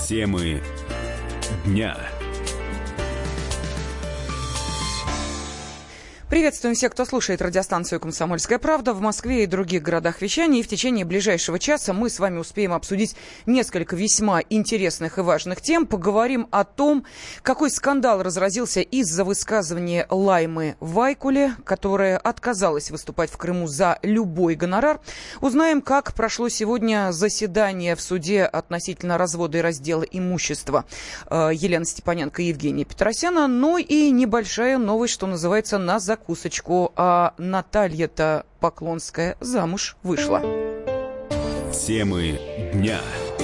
Темы дня. Приветствуем всех, кто слушает радиостанцию «Комсомольская правда» в Москве и других городах вещания. И в течение ближайшего часа мы с вами успеем обсудить несколько весьма интересных и важных тем. Поговорим о том, какой скандал разразился из-за высказывания Лаймы Вайкуле, которая отказалась выступать в Крыму за любой гонорар. Узнаем, как прошло сегодня заседание в суде относительно развода и раздела имущества Елены Степаненко и Евгения Петросяна. Ну и небольшая новость, что называется, на закусочку. А Наталья-то Поклонская замуж вышла. Темы дня.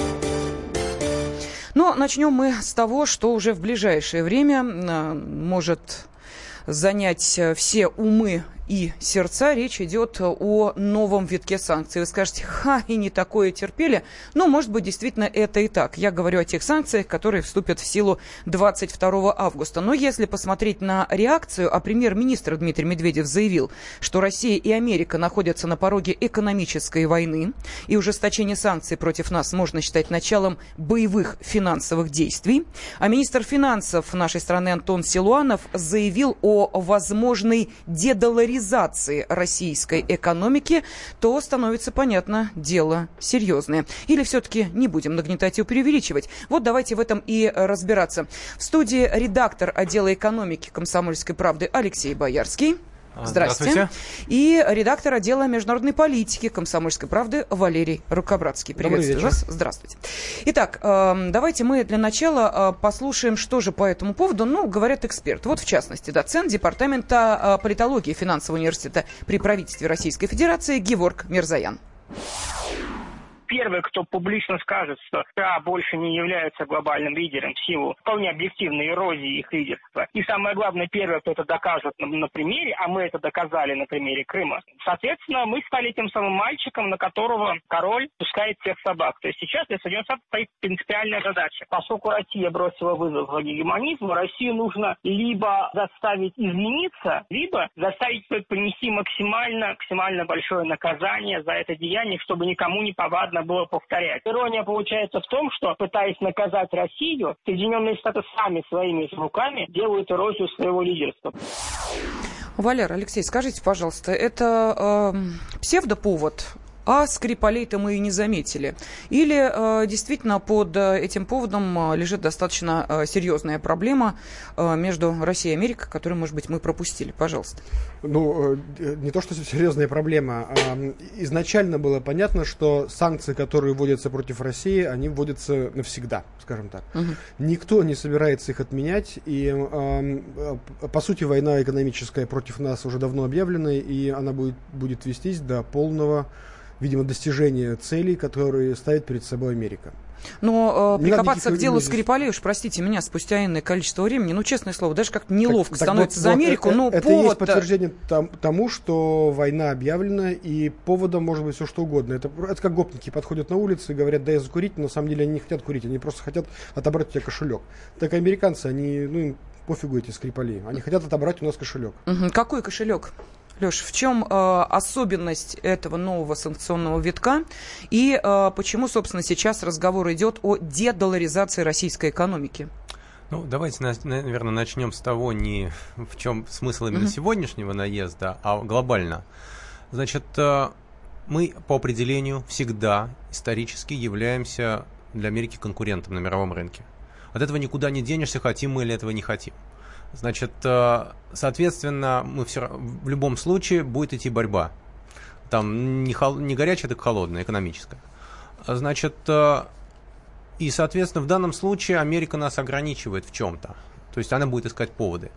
Но начнем мы с того, что уже в ближайшее время может занять все умы и сердца. Речь идет о новом витке санкций. Вы скажете, и не такое терпели. Но, может быть, действительно это и так. Я говорю о тех санкциях, которые вступят в силу 22 августа. Но если посмотреть на реакцию, а премьер-министр Дмитрий Медведев заявил, что Россия и Америка находятся на пороге экономической войны, и ужесточение санкций против нас можно считать началом боевых финансовых действий. А министр финансов нашей страны Антон Силуанов заявил о возможной дедоларизации российской экономики, то становится понятно, дело серьезное. Или все-таки не будем нагнетать и преувеличивать? Вот давайте в этом и разбираться. В студии редактор отдела экономики «Комсомольской правды» Алексей Боярский. Здравствуйте. И редактор отдела международной политики «Комсомольской правды» Валерий Рукобратский. Приветствую вас. Здравствуйте. Итак, давайте мы для начала послушаем, что же по этому поводу, говорят эксперты. Вот, в частности, доцент Департамента политологии финансового университета при правительстве Российской Федерации Геворг Мирзоян. Первый, кто публично скажет, что США больше не является глобальным лидером в силу вполне объективной эрозии их лидерства. И самое главное, первый, кто это докажет на примере, а мы это доказали на примере Крыма. Соответственно, мы стали тем самым мальчиком, на которого король пускает всех собак. То есть сейчас для Соединенных Штатов стоит принципиальная задача. Поскольку Россия бросила вызов гегемонизму, Россию нужно либо заставить измениться, либо заставить понести максимально большое наказание за это деяние, чтобы никому не повадно было повторять. Ирония получается в том, что, пытаясь наказать Россию, Соединенные Штаты сами своими руками делают эрозию своего лидерства. Валер, Алексей, скажите, пожалуйста, это псевдоповод? А Скрипалей-то мы и не заметили. Или действительно под этим поводом лежит достаточно серьезная проблема между Россией и Америкой, которую, может быть, мы пропустили? Пожалуйста. Не то, что серьезная проблема. Изначально было понятно, что санкции, которые вводятся против России, они вводятся навсегда, скажем так. Угу. Никто не собирается их отменять. И, по сути, война экономическая против нас уже давно объявлена, и она будет вестись до полного, видимо, достижение целей, которые ставит перед собой Америка. Но прикопаться к делу Скрипалей, уж простите меня, спустя иное количество времени, честное слово, даже как-то неловко становится за Америку, это повод... есть подтверждение тому, что война объявлена, и поводом может быть все что угодно. Это как гопники подходят на улице и говорят, дай закурить, но на самом деле они не хотят курить, они просто хотят отобрать у тебя кошелек. Так и американцы, им пофигу эти Скрипали, они хотят отобрать у нас кошелек. Угу. Какой кошелек? Леш, в чем особенность этого нового санкционного витка и почему, собственно, сейчас разговор идет о дедоларизации российской экономики? Давайте, наверное, начнем с того, в чем смысл именно сегодняшнего наезда, а глобально. Значит, мы по определению всегда исторически являемся для Америки конкурентом на мировом рынке. От этого никуда не денешься, хотим мы или этого не хотим. Значит, соответственно, в любом случае будет идти борьба. Там не горячая, так холодная, экономическая. Значит, и, соответственно, в данном случае Америка нас ограничивает в чем-то. То есть она будет искать поводы.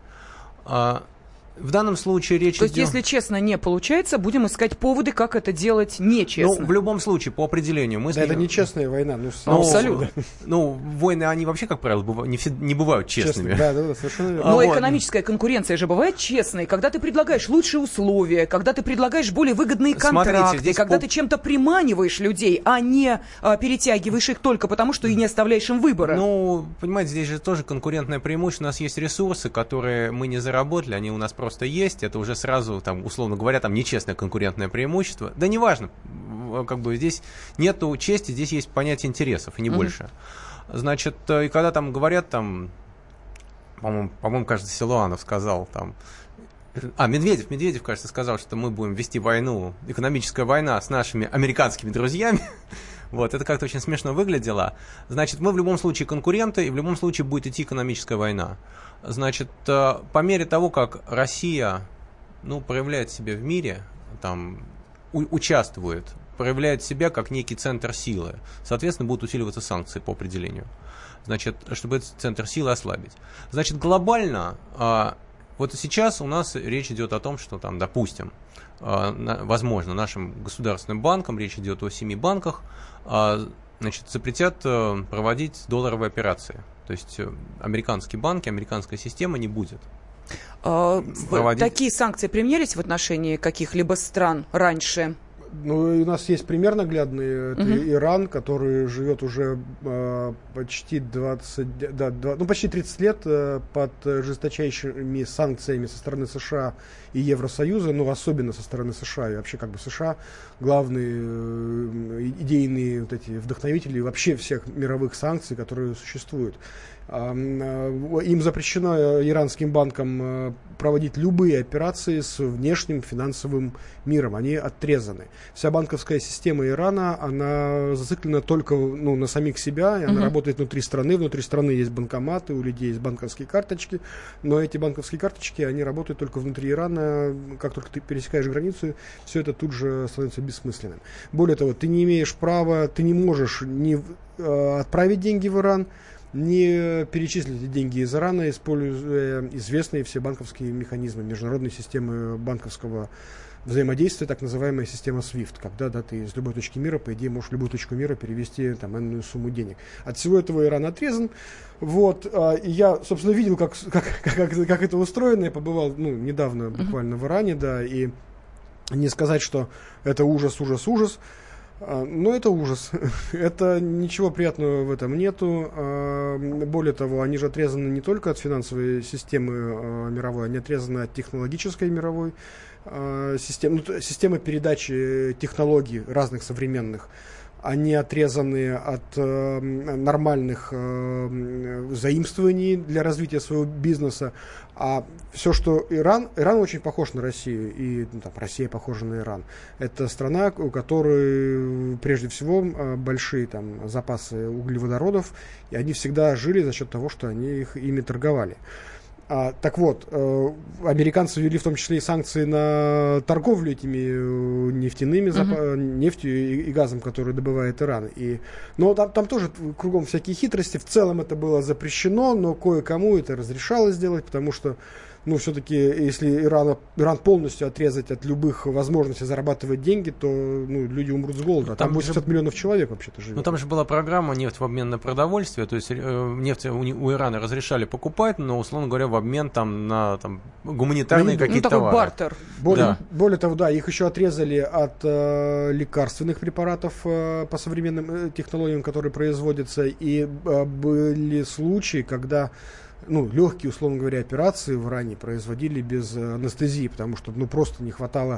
В данном случае речь идет... То есть, если честно не получается, будем искать поводы, как это делать нечестно. В любом случае, по определению... это нечестная война. Абсолютно. Войны, они вообще, как правило, не бывают честными. Да, совершенно верно. Но экономическая конкуренция же бывает честной, когда ты предлагаешь лучшие условия, когда ты предлагаешь более выгодные контракты, когда ты чем-то приманиваешь людей, а не перетягиваешь их только потому, что и не оставляешь им выбора. Понимаете, здесь же тоже конкурентное преимущество. У нас есть ресурсы, которые мы не заработали, они у нас просто есть, это уже сразу, условно говоря, нечестное конкурентное преимущество. Да неважно, здесь нету чести, здесь есть понятие интересов, и не больше. Значит, и когда там говорят, там, по-моему, кажется, Силуанов сказал, там, Медведев, кажется, сказал, что мы будем вести войну, экономическая война с нашими американскими друзьями. Вот, это как-то очень смешно выглядело. Значит, мы в любом случае конкуренты, и в любом случае будет идти экономическая война. Значит, по мере того, как Россия, проявляет себя в мире, там, участвует, проявляет себя как некий центр силы, соответственно, будут усиливаться санкции по определению. Значит, чтобы этот центр силы ослабить. Значит, глобально, вот сейчас у нас речь идет о том, что там, допустим, возможно, нашим государственным банкам, речь идет о 7 банках, значит, запретят проводить долларовые операции. То есть американские банки, американская система не будет. Такие санкции применялись в отношении каких-либо стран раньше? У нас есть пример наглядный. Это Иран, который живет уже почти 30 лет под жесточайшими санкциями со стороны США и Евросоюза, особенно со стороны США. И вообще США главные идейные вот эти вдохновители вообще всех мировых санкций, которые существуют. Им запрещено, иранским банкам, проводить любые операции с внешним финансовым миром. Они отрезаны. Вся банковская система Ирана, она зациклена только на самих себя, и она работает внутри страны. Внутри страны есть банкоматы, у людей есть банковские карточки, но эти банковские карточки, они работают только внутри Ирана. Как только ты пересекаешь границу, все это тут же становится бессмысленным. Более того, ты не имеешь права, ты не можешь ни отправить деньги в Иран, не перечислить деньги из Ирана, используя известные все банковские механизмы, международные системы банковского взаимодействия, так называемая система SWIFT, когда ты из любой точки мира, по идее, можешь в любую точку мира перевести энную сумму денег. От всего этого Иран отрезан. И я, собственно, видел, как это устроено. Я побывал недавно буквально в Иране, и не сказать, что это ужас. Но это ужас. Это ничего приятного в этом нету. Более того, они же отрезаны не только от финансовой системы мировой, они отрезаны от технологической мировой системы, системы передачи технологий разных современных. Они отрезаны от нормальных заимствований для развития своего бизнеса. А все, что Иран очень похож на Россию, и Россия похожа на Иран. Это страна, у которой прежде всего большие запасы углеводородов, и они всегда жили за счет того, что они ими торговали. Так вот, американцы ввели в том числе и санкции на торговлю этими нефтяными нефтью и газом, который добывает Иран. Но там тоже кругом всякие хитрости. В целом это было запрещено, но кое-кому это разрешалось сделать, потому что все-таки, если Иран полностью отрезать от любых возможностей зарабатывать деньги, то люди умрут с голода. Там 80 миллионов человек вообще-то живет. Там же была программа «Нефть в обмен на продовольствие», то есть нефть у Ирана разрешали покупать, но, условно говоря, в обмен на гуманитарные какие-то товары. Бартер. Более того, их еще отрезали от лекарственных препаратов по современным технологиям, которые производятся, и были случаи, когда легкие, условно говоря, операции в Иране производили без анестезии, потому что просто не хватало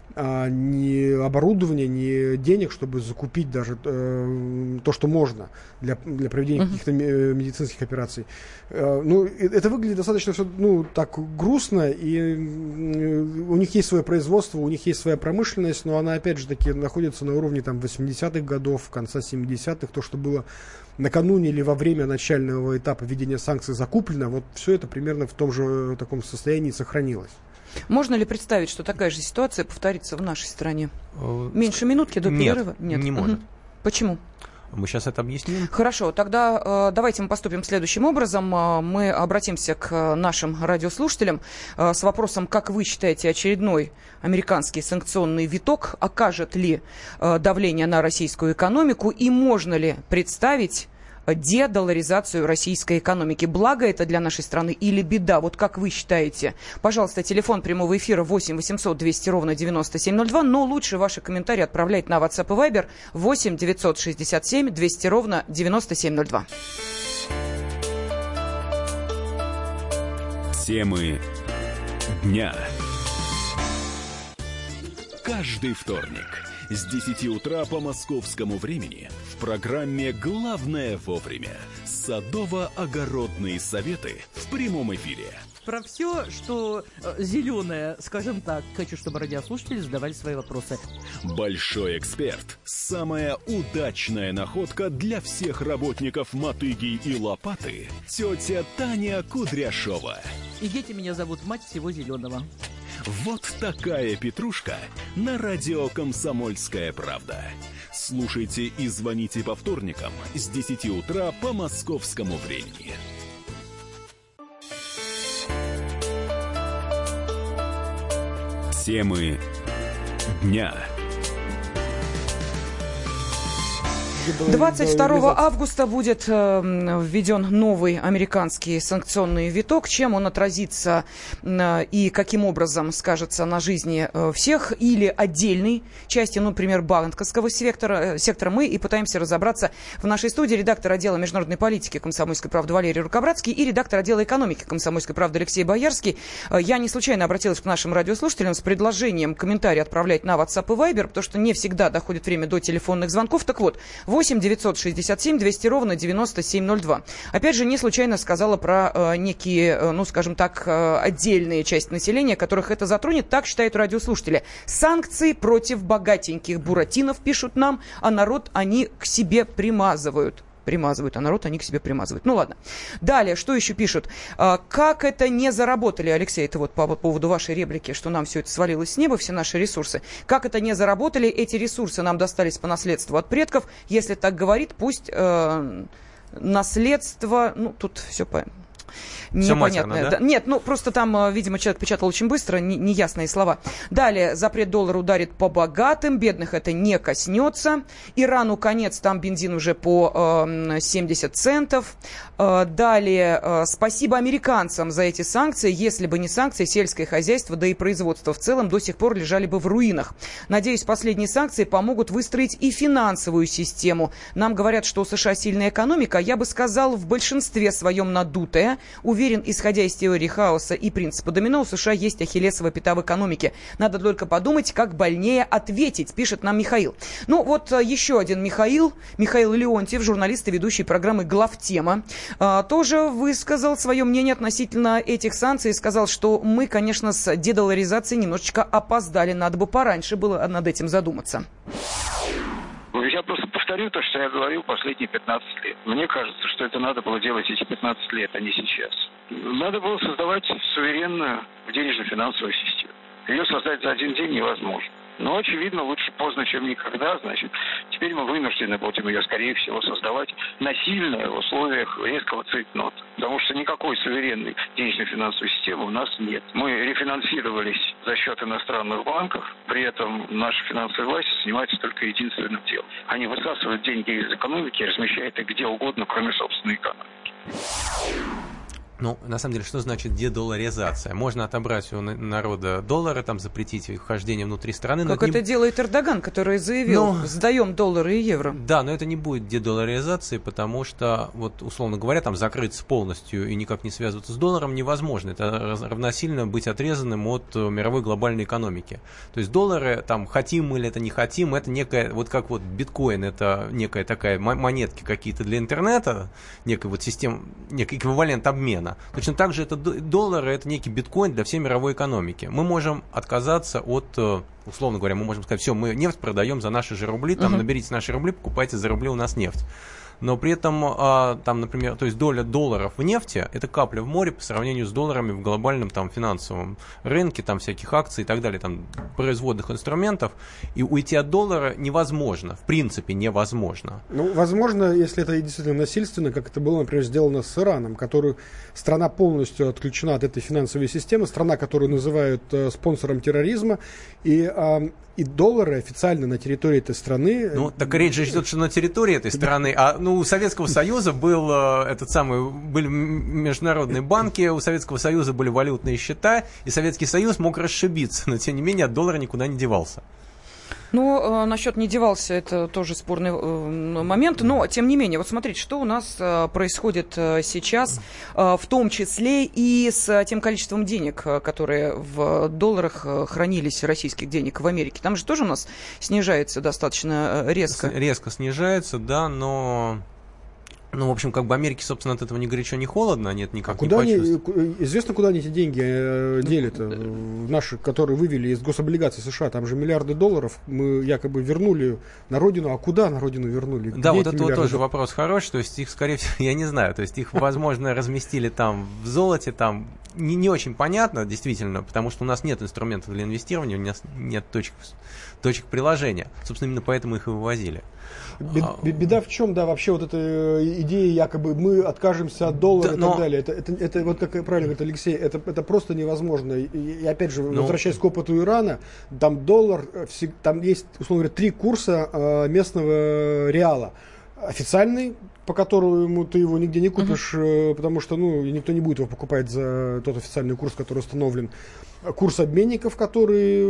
ни оборудования, ни денег, чтобы закупить даже то, что можно для проведения каких-то медицинских операций. Это выглядит достаточно все так грустно, и у них есть свое производство, у них есть своя промышленность, но она, опять же таки, находится на уровне 80-х годов, конца 70-х, то, что было накануне или во время начального этапа введения санкций закуплено, все это примерно в том же таком состоянии сохранилось. Можно ли представить, что такая же ситуация повторится в нашей стране? Меньше минутки до перерыва? Нет, не может. Почему? Мы сейчас это объясним. Хорошо, тогда давайте мы поступим следующим образом. Мы обратимся к нашим радиослушателям с вопросом, как вы считаете, очередной американский санкционный виток окажет ли давление на российскую экономику, и можно ли представить дедолларизацию российской экономики? Благо это для нашей страны или беда? Как вы считаете? Пожалуйста, телефон прямого эфира 8 800 200 ровно 9702, но лучше ваши комментарии отправлять на WhatsApp и Viber 8 967 200 ровно 9702. Темы дня. Каждый вторник С 10 утра по московскому времени в программе «Главное вовремя» садово-огородные советы в прямом эфире. Про все, что зеленое, скажем так. Хочу, чтобы радиослушатели задавали свои вопросы. Большой эксперт. Самая удачная находка для всех работников мотыги и лопаты. Тетя Таня Кудряшова. И дети меня зовут мать всего зеленого. Вот такая петрушка на радио «Комсомольская правда». Слушайте и звоните по вторникам с 10 утра по московскому времени. Темы дня. 22 августа будет введен новый американский санкционный виток. Чем он отразится и каким образом скажется на жизни всех или отдельной части, например, банковского сектора, мы и пытаемся разобраться в нашей студии редактор отдела международной политики «Комсомольской правды» Валерий Рукобратский и редактор отдела экономики «Комсомольской правды» Алексей Боярский. Я не случайно обратилась к нашим радиослушателям с предложением комментарии отправлять на WhatsApp и Viber, потому что не всегда доходит время до телефонных звонков. Так вот, 8 967 200 ровно 9702. Опять же, не случайно сказала про некие, ну, скажем так, отдельные части населения, которых это затронет. Так считают радиослушатели. Санкции против богатеньких буратинов, пишут нам, а народ они к себе примазывают. А народ они к себе примазывают. Ну ладно. Далее, что еще пишут? Как это не заработали, Алексей, это вот по поводу вашей реплики, что нам все это свалилось с неба, все наши ресурсы. Как это не заработали? Эти ресурсы нам достались по наследству от предков. Если так говорит, пусть наследство... Ну, тут все понятно. Непонятно. Матерно, да? Нет, ну просто там, видимо, человек печатал очень быстро, неясные слова. Далее, запрет доллара ударит по богатым, бедных это не коснется. Ирану конец, там бензин уже по 70 центов. Далее, спасибо американцам за эти санкции. Если бы не санкции, сельское хозяйство, да и производство в целом до сих пор лежали бы в руинах. Надеюсь, последние санкции помогут выстроить и финансовую систему. Нам говорят, что у США сильная экономика, я бы сказал, в большинстве своем надутая. Уверен, исходя из теории хаоса и принципа домино, у США есть ахиллесова пята в экономике. Надо только подумать, как больнее ответить, пишет нам Михаил. Ну вот еще один Михаил Леонтьев, журналист и ведущий программы «Главтема», тоже высказал свое мнение относительно этих санкций и сказал, что мы, конечно, с дедоларизацией немножечко опоздали, надо бы пораньше было над этим задуматься. Я просто повторю то, что я говорил последние 15 лет. Мне кажется, что это надо было делать эти 15 лет, а не сейчас. Надо было создавать суверенную денежно-финансовую систему. Ее создать за один день невозможно. Но, очевидно, лучше поздно, чем никогда. Значит, теперь мы вынуждены будем ее, скорее всего, создавать насильно в условиях резкого цейтнота. Потому что никакой суверенной денежно-финансовой системы у нас нет. Мы рефинансировались за счет иностранных банков, при этом наши финансовые власти занимаются только единственным делом. Они высасывают деньги из экономики и размещают их где угодно, кроме собственной экономики. Ну, на самом деле, что значит дедоларизация? Можно отобрать у народа доллары, там запретить их вхождение внутри страны. Как это делает Эрдоган, который заявил, сдаем доллары и евро. Да, но это не будет дедоларизацией, потому что, вот, условно говоря, там закрыться полностью и никак не связываться с долларом невозможно. Это равносильно быть отрезанным от мировой глобальной экономики. То есть доллары, там, хотим мы или это не хотим, это некая, вот как вот биткоин, это некая такая монетки какие-то для интернета, некая вот система, некий эквивалент обмена. Точно так же это доллары, это некий биткоин для всей мировой экономики. Мы можем отказаться от, условно говоря, мы можем сказать, все, мы нефть продаем за наши же рубли, там, наберите наши рубли, покупайте за рубли у нас нефть. Но при этом, там, например, то есть доля долларов в нефти – это капля в море по сравнению с долларами в глобальном там, финансовом рынке, там, всяких акций и так далее, там, производных инструментов. И уйти от доллара невозможно, в принципе невозможно. Ну, возможно, если это действительно насильственно, как это было, например, сделано с Ираном, которую страна полностью отключена от этой финансовой системы, страна, которую называют спонсором терроризма, и доллары официально на территории этой страны... Ну, так речь же идет, что на территории этой страны. У Советского Союза был были международные банки, у Советского Союза были валютные счета, и Советский Союз мог расшибиться, но, тем не менее, от доллара никуда не девался. Ну, насчет не девался, это тоже спорный момент. Но, тем не менее, вот смотрите, что у нас происходит сейчас, в том числе и с тем количеством денег, которые в долларах хранились, российских денег в Америке. Там же тоже у нас снижается достаточно резко. Резко снижается, да, но... Ну, в общем, как бы Америке, собственно, от этого ни горячо, ни холодно, нет никак не почувствуют. Известно, куда они эти деньги делят, наши, которые вывели из гособлигаций США, там же миллиарды долларов мы якобы вернули на родину, а куда на родину вернули? Да, где вот это вот тоже вопрос хороший, то есть их, скорее всего, я не знаю, то есть их, возможно, разместили там в золоте, там не очень понятно, действительно, потому что у нас нет инструментов для инвестирования, у нас нет точек приложения, собственно, именно поэтому их и вывозили. Беда в чем, да, вообще вот эта идея, якобы мы откажемся от доллара, да, и так далее. Это вот как правильно говорит Алексей, это просто невозможно. И опять же, возвращаясь к опыту Ирана, там доллар, там есть, условно говоря, 3 курса местного реала. Официальный, по которому ты его нигде не купишь, потому что никто не будет его покупать за тот официальный курс, который установлен. Курс обменников, который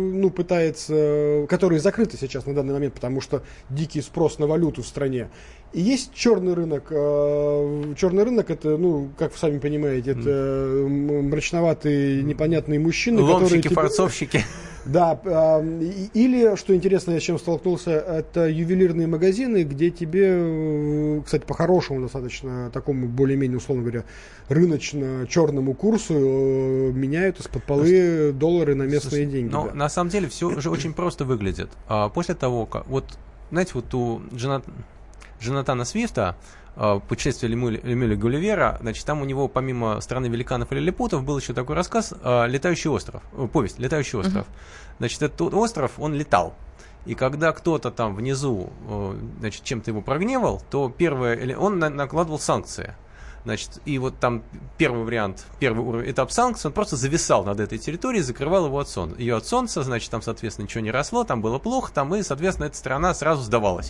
которые закрыты сейчас на данный момент, потому что дикий спрос на валюту в стране. И есть черный рынок. Черный рынок — это, как вы сами понимаете, это мрачноватые, непонятные мужчины, ломщики, форцовщики. Да, или, что интересно, я с чем столкнулся, это ювелирные магазины, где тебе, кстати, по-хорошему достаточно, такому более-менее, условно говоря, рыночно-черному курсу меняют из-под полы доллары на местные деньги. Но на самом деле все уже очень просто выглядит. После того, как, знаете, у Джонатана Свифта, путешествие Эмиля Гулливера, значит, там у него помимо «Страны великанов и лилипутов» был еще такой рассказ «Летающий остров», повесть «Летающий остров». Значит, этот остров, он летал. И когда кто-то там внизу, значит, чем-то его прогневал, то он накладывал санкции. Значит, и вот там первый этап санкций, он просто зависал над этой территорией, закрывал ее от солнца, значит, там, соответственно, ничего не росло, там было плохо, и, соответственно, эта страна сразу сдавалась.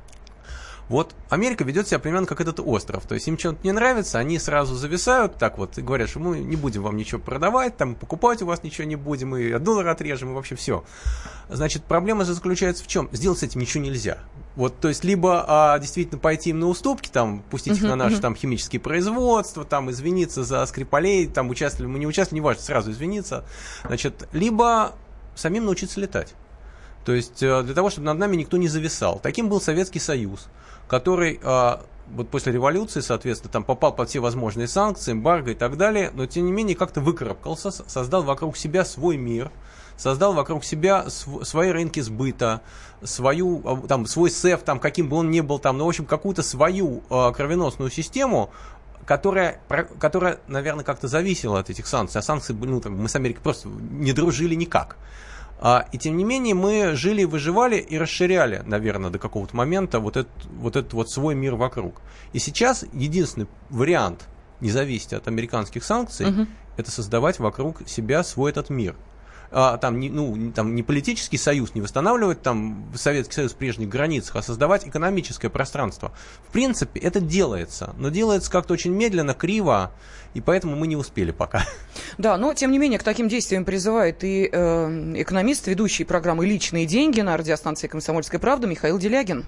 Вот Америка ведет себя примерно как этот остров. То есть им что-то не нравится, они сразу зависают так вот и говорят, что мы не будем вам ничего продавать, там покупать у вас ничего не будем, и от доллара отрежем, и вообще все. Значит, проблема же заключается в чем? Сделать с этим ничего нельзя. Вот, то есть, либо действительно пойти им на уступки, там, пустить их на наши там химические производства, там, извиниться за Скрипалей, там, участвовали, мы не участвовали, неважно, сразу извиниться. Значит, либо самим научиться летать. То есть, для того, чтобы над нами никто не зависал. Таким был Советский Союз, который вот после революции, соответственно, там попал под все возможные санкции, эмбарго и так далее, но тем не менее как-то выкарабкался, создал вокруг себя свой мир, создал вокруг себя свои рынки сбыта, свой СЭФ, там, каким бы он ни был, там, в общем, какую-то свою кровеносную систему, которая, наверное, как-то зависела от этих санкций. А санкции, мы с Америкой просто не дружили никак. И тем не менее мы жили, выживали и расширяли, наверное, до какого-то момента вот этот свой мир вокруг. И сейчас единственный вариант не зависеть от американских санкций, это создавать вокруг себя свой этот мир. Там не политический союз, не восстанавливать там Советский Союз в прежних границах, а создавать экономическое пространство. В принципе, это делается, но делается как-то очень медленно, криво, и поэтому мы не успели пока. Да, но тем не менее к таким действиям призывает и экономист, ведущий программы «Личные деньги» на радиостанции «Комсомольская правда» Михаил Делягин.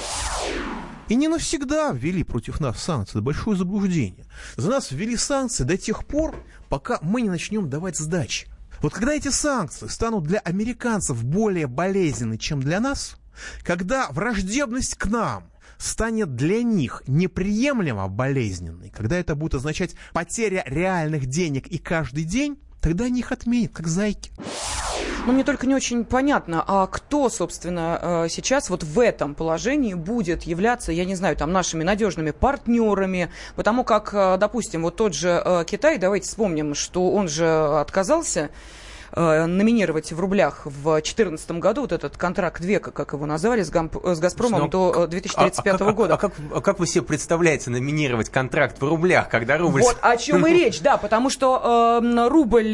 И не навсегда ввели против нас санкции. Это большое заблуждение. За нас ввели санкции до тех пор, пока мы не начнем давать сдачи. Вот когда эти санкции станут для американцев более болезненны, чем для нас, когда враждебность к нам станет для них неприемлемо болезненной, когда это будет означать потеря реальных денег и каждый день, тогда они их отменят, как зайки. Но мне только не очень понятно, а кто, собственно, сейчас вот в этом положении будет являться, я не знаю, там, нашими надежными партнерами, потому как, допустим, вот тот же Китай, давайте вспомним, что он же отказался номинировать в рублях в 2014 году вот этот контракт века, как его назвали, с «Газпромом» до 2035 года. Как вы себе представляете номинировать контракт в рублях, когда рубль... Вот о чем и речь, да, потому что рубль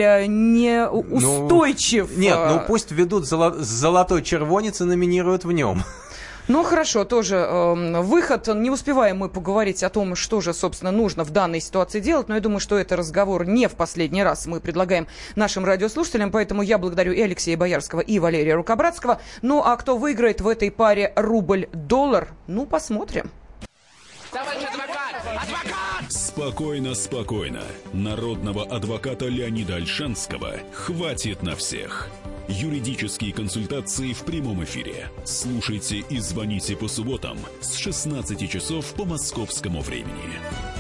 неустойчив. Нет, пусть введут золотой червонец и номинируют в нем. Ну, хорошо, тоже выход. Не успеваем мы поговорить о том, что же, собственно, нужно в данной ситуации делать, но я думаю, что это разговор не в последний раз мы предлагаем нашим радиослушателям, поэтому я благодарю и Алексея Боярского, и Валерия Рукобратского. Ну, а кто выиграет в этой паре рубль-доллар, ну, посмотрим. Товарищ адвокат! Адвокат! Спокойно, спокойно. Народного адвоката Леонида Ольшанского хватит на всех. Юридические консультации в прямом эфире. Слушайте и звоните по субботам с 16 часов по московскому времени.